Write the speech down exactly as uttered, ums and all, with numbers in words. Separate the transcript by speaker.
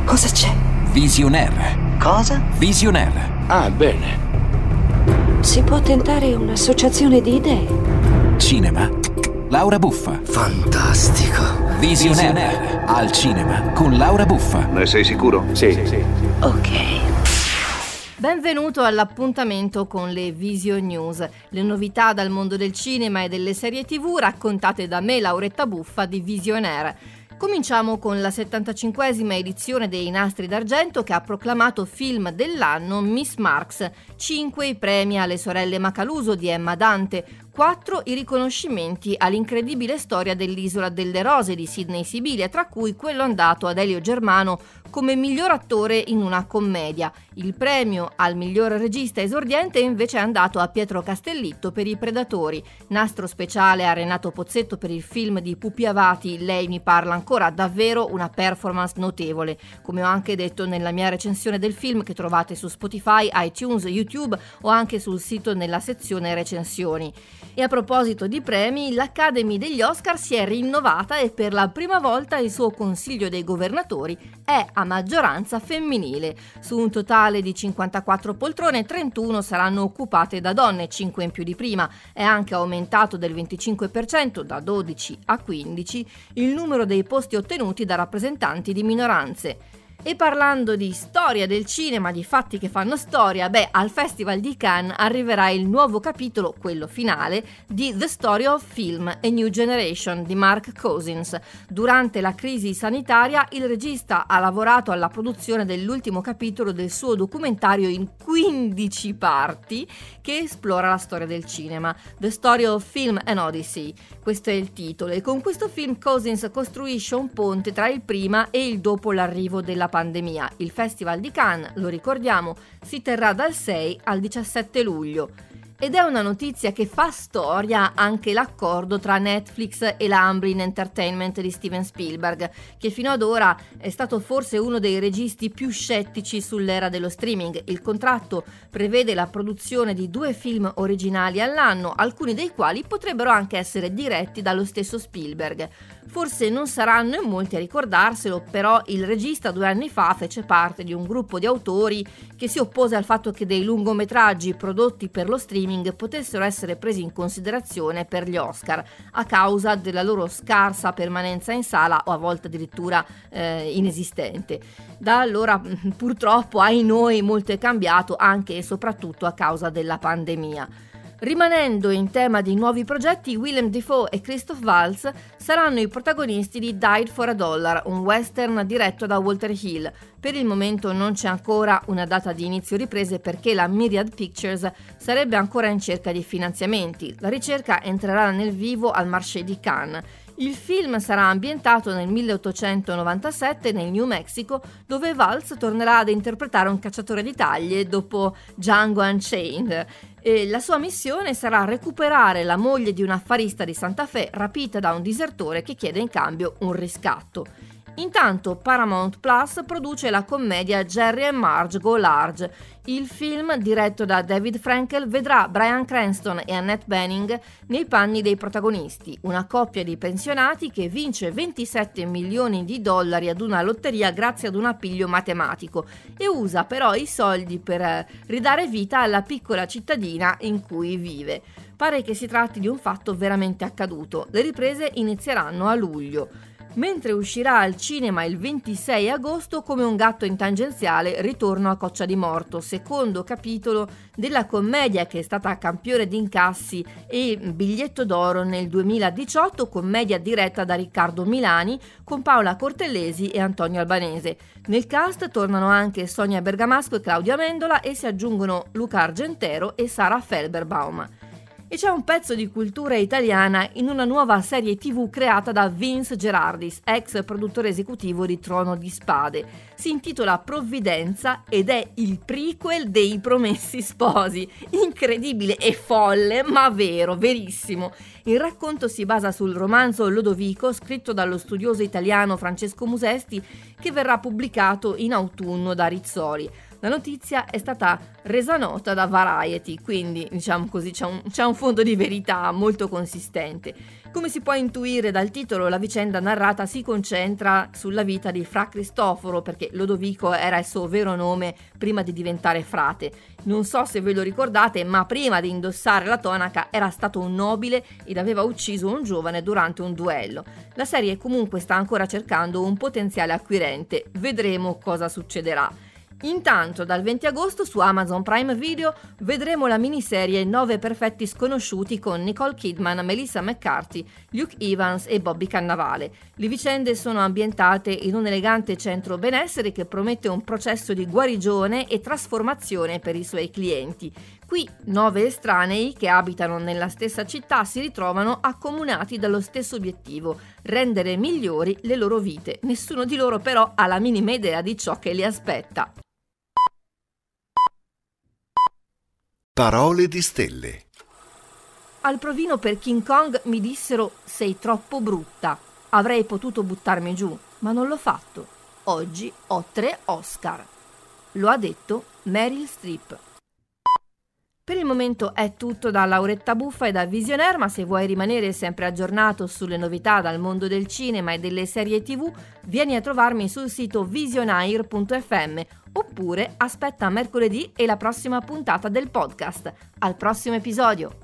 Speaker 1: Cosa c'è?
Speaker 2: Visionaire.
Speaker 1: Cosa?
Speaker 2: Visionaire.
Speaker 3: Ah, bene.
Speaker 1: Si può tentare un'associazione di idee.
Speaker 2: Cinema. Laura Buffa.
Speaker 3: Fantastico.
Speaker 2: Visionaire. Al cinema con Laura Buffa.
Speaker 4: Ne sei sicuro?
Speaker 3: Sì, sì, sì.
Speaker 1: Ok.
Speaker 5: Benvenuto all'appuntamento con le Vision News, le novità dal mondo del cinema e delle serie tivù raccontate da me, Lauretta Buffa di Visionaire. Cominciamo con la settantacinquesima edizione dei Nastri d'Argento che ha proclamato film dell'anno Miss Marx, cinque i premi alle sorelle Macaluso di Emma Dante, quattro i riconoscimenti all'incredibile storia dell'Isola delle Rose di Sidney Sibilia, tra cui quello andato ad Elio Germano come miglior attore in una commedia. Il premio al miglior regista esordiente invece è andato a Pietro Castellitto per I Predatori. Nastro speciale a Renato Pozzetto per il film di Pupi Avati Lei mi parla ancora, davvero una performance notevole. Come ho anche detto nella mia recensione del film che trovate su Spotify, iTunes, YouTube o anche sul sito nella sezione recensioni. E a proposito di premi, l'Academy degli Oscar si è rinnovata e per la prima volta il suo Consiglio dei Governatori è a maggioranza femminile. Su un totale di cinquantaquattro poltrone, trentuno saranno occupate da donne, cinque in più di prima. È anche aumentato del venticinque per cento, da dodici a quindici, il numero dei posti ottenuti da rappresentanti di minoranze. E parlando di storia del cinema, di fatti che fanno storia, beh, al Festival di Cannes arriverà il nuovo capitolo, quello finale, di The Story of Film, A New Generation di Mark Cousins. Durante la crisi sanitaria, il regista ha lavorato alla produzione dell'ultimo capitolo del suo documentario in quindici parti che esplora la storia del cinema, The Story of Film, An Odyssey. Questo è il titolo e con questo film Cousins costruisce un ponte tra il prima e il dopo l'arrivo della pandemia. Il Festival di Cannes, lo ricordiamo, si terrà dal sei al diciassette luglio. Ed è una notizia che fa storia anche l'accordo tra Netflix e la Amblin Entertainment di Steven Spielberg, che fino ad ora è stato forse uno dei registi più scettici sull'era dello streaming. Il contratto prevede la produzione di due film originali all'anno, alcuni dei quali potrebbero anche essere diretti dallo stesso Spielberg. Forse non saranno in molti a ricordarselo, però il regista due anni fa fece parte di un gruppo di autori che si oppose al fatto che dei lungometraggi prodotti per lo streaming potessero essere presi in considerazione per gli Oscar a causa della loro scarsa permanenza in sala o a volte addirittura eh, inesistente. Da allora purtroppo, ai noi, molto è cambiato anche e soprattutto a causa della pandemia. Rimanendo in tema di nuovi progetti, Willem Dafoe e Christoph Waltz saranno i protagonisti di Died for a Dollar, un western diretto da Walter Hill. Per il momento non c'è ancora una data di inizio riprese perché la Myriad Pictures sarebbe ancora in cerca di finanziamenti. La ricerca entrerà nel vivo al Marché di Cannes. Il film sarà ambientato nel milleottocentonovantasette nel New Mexico, dove Waltz tornerà ad interpretare un cacciatore di taglie dopo Django Unchained. E la sua missione sarà recuperare la moglie di un affarista di Santa Fe rapita da un disertore che chiede in cambio un riscatto. Intanto Paramount Plus produce la commedia Jerry and Marge Go Large. Il film, diretto da David Frankel, vedrà Bryan Cranston e Annette Bening nei panni dei protagonisti, una coppia di pensionati che vince ventisette milioni di dollari ad una lotteria grazie ad un appiglio matematico e usa però i soldi per ridare vita alla piccola cittadina in cui vive. Pare che si tratti di un fatto veramente accaduto. Le riprese inizieranno a luglio. Mentre uscirà al cinema il ventisei agosto Come un gatto in tangenziale, Ritorno a Coccia di Morto, secondo capitolo della commedia che è stata campione di incassi e biglietto d'oro nel duemiladiciotto, commedia diretta da Riccardo Milani con Paola Cortellesi e Antonio Albanese. Nel cast tornano anche Sonia Bergamasco e Claudia Amendola e si aggiungono Luca Argentero e Sara Felberbaum. E c'è un pezzo di cultura italiana in una nuova serie tivù creata da Vince Gerardis, ex produttore esecutivo di Trono di Spade. Si intitola Provvidenza ed è il prequel dei Promessi Sposi. Incredibile e folle, ma vero, verissimo. Il racconto si basa sul romanzo Lodovico, scritto dallo studioso italiano Francesco Musesti, che verrà pubblicato in autunno da Rizzoli. La notizia è stata resa nota da Variety, quindi diciamo così c'è un, c'è un fondo di verità molto consistente. Come si può intuire dal titolo, la vicenda narrata si concentra sulla vita di Fra Cristoforo, perché Lodovico era il suo vero nome prima di diventare frate. Non so se ve lo ricordate, ma prima di indossare la tonaca era stato un nobile ed aveva ucciso un giovane durante un duello. La serie comunque sta ancora cercando un potenziale acquirente, vedremo cosa succederà. Intanto dal venti agosto su Amazon Prime Video vedremo la miniserie Nove perfetti sconosciuti con Nicole Kidman, Melissa McCarthy, Luke Evans e Bobby Cannavale. Le vicende sono ambientate in un elegante centro benessere che promette un processo di guarigione e trasformazione per i suoi clienti. Qui nove estranei che abitano nella stessa città si ritrovano accomunati dallo stesso obiettivo: rendere migliori le loro vite. Nessuno di loro però ha la minima idea di ciò che li aspetta.
Speaker 4: Parole di stelle.
Speaker 5: Al provino per King Kong mi dissero: sei troppo brutta. Avrei potuto buttarmi giù, ma non l'ho fatto. Oggi ho tre Oscar. Lo ha detto Meryl Streep. Per il momento è tutto da Lauretta Buffa e da Visionaire, ma se vuoi rimanere sempre aggiornato sulle novità dal mondo del cinema e delle serie tivù, vieni a trovarmi sul sito visionaire punto effe emme oppure aspetta mercoledì e la prossima puntata del podcast. Al prossimo episodio!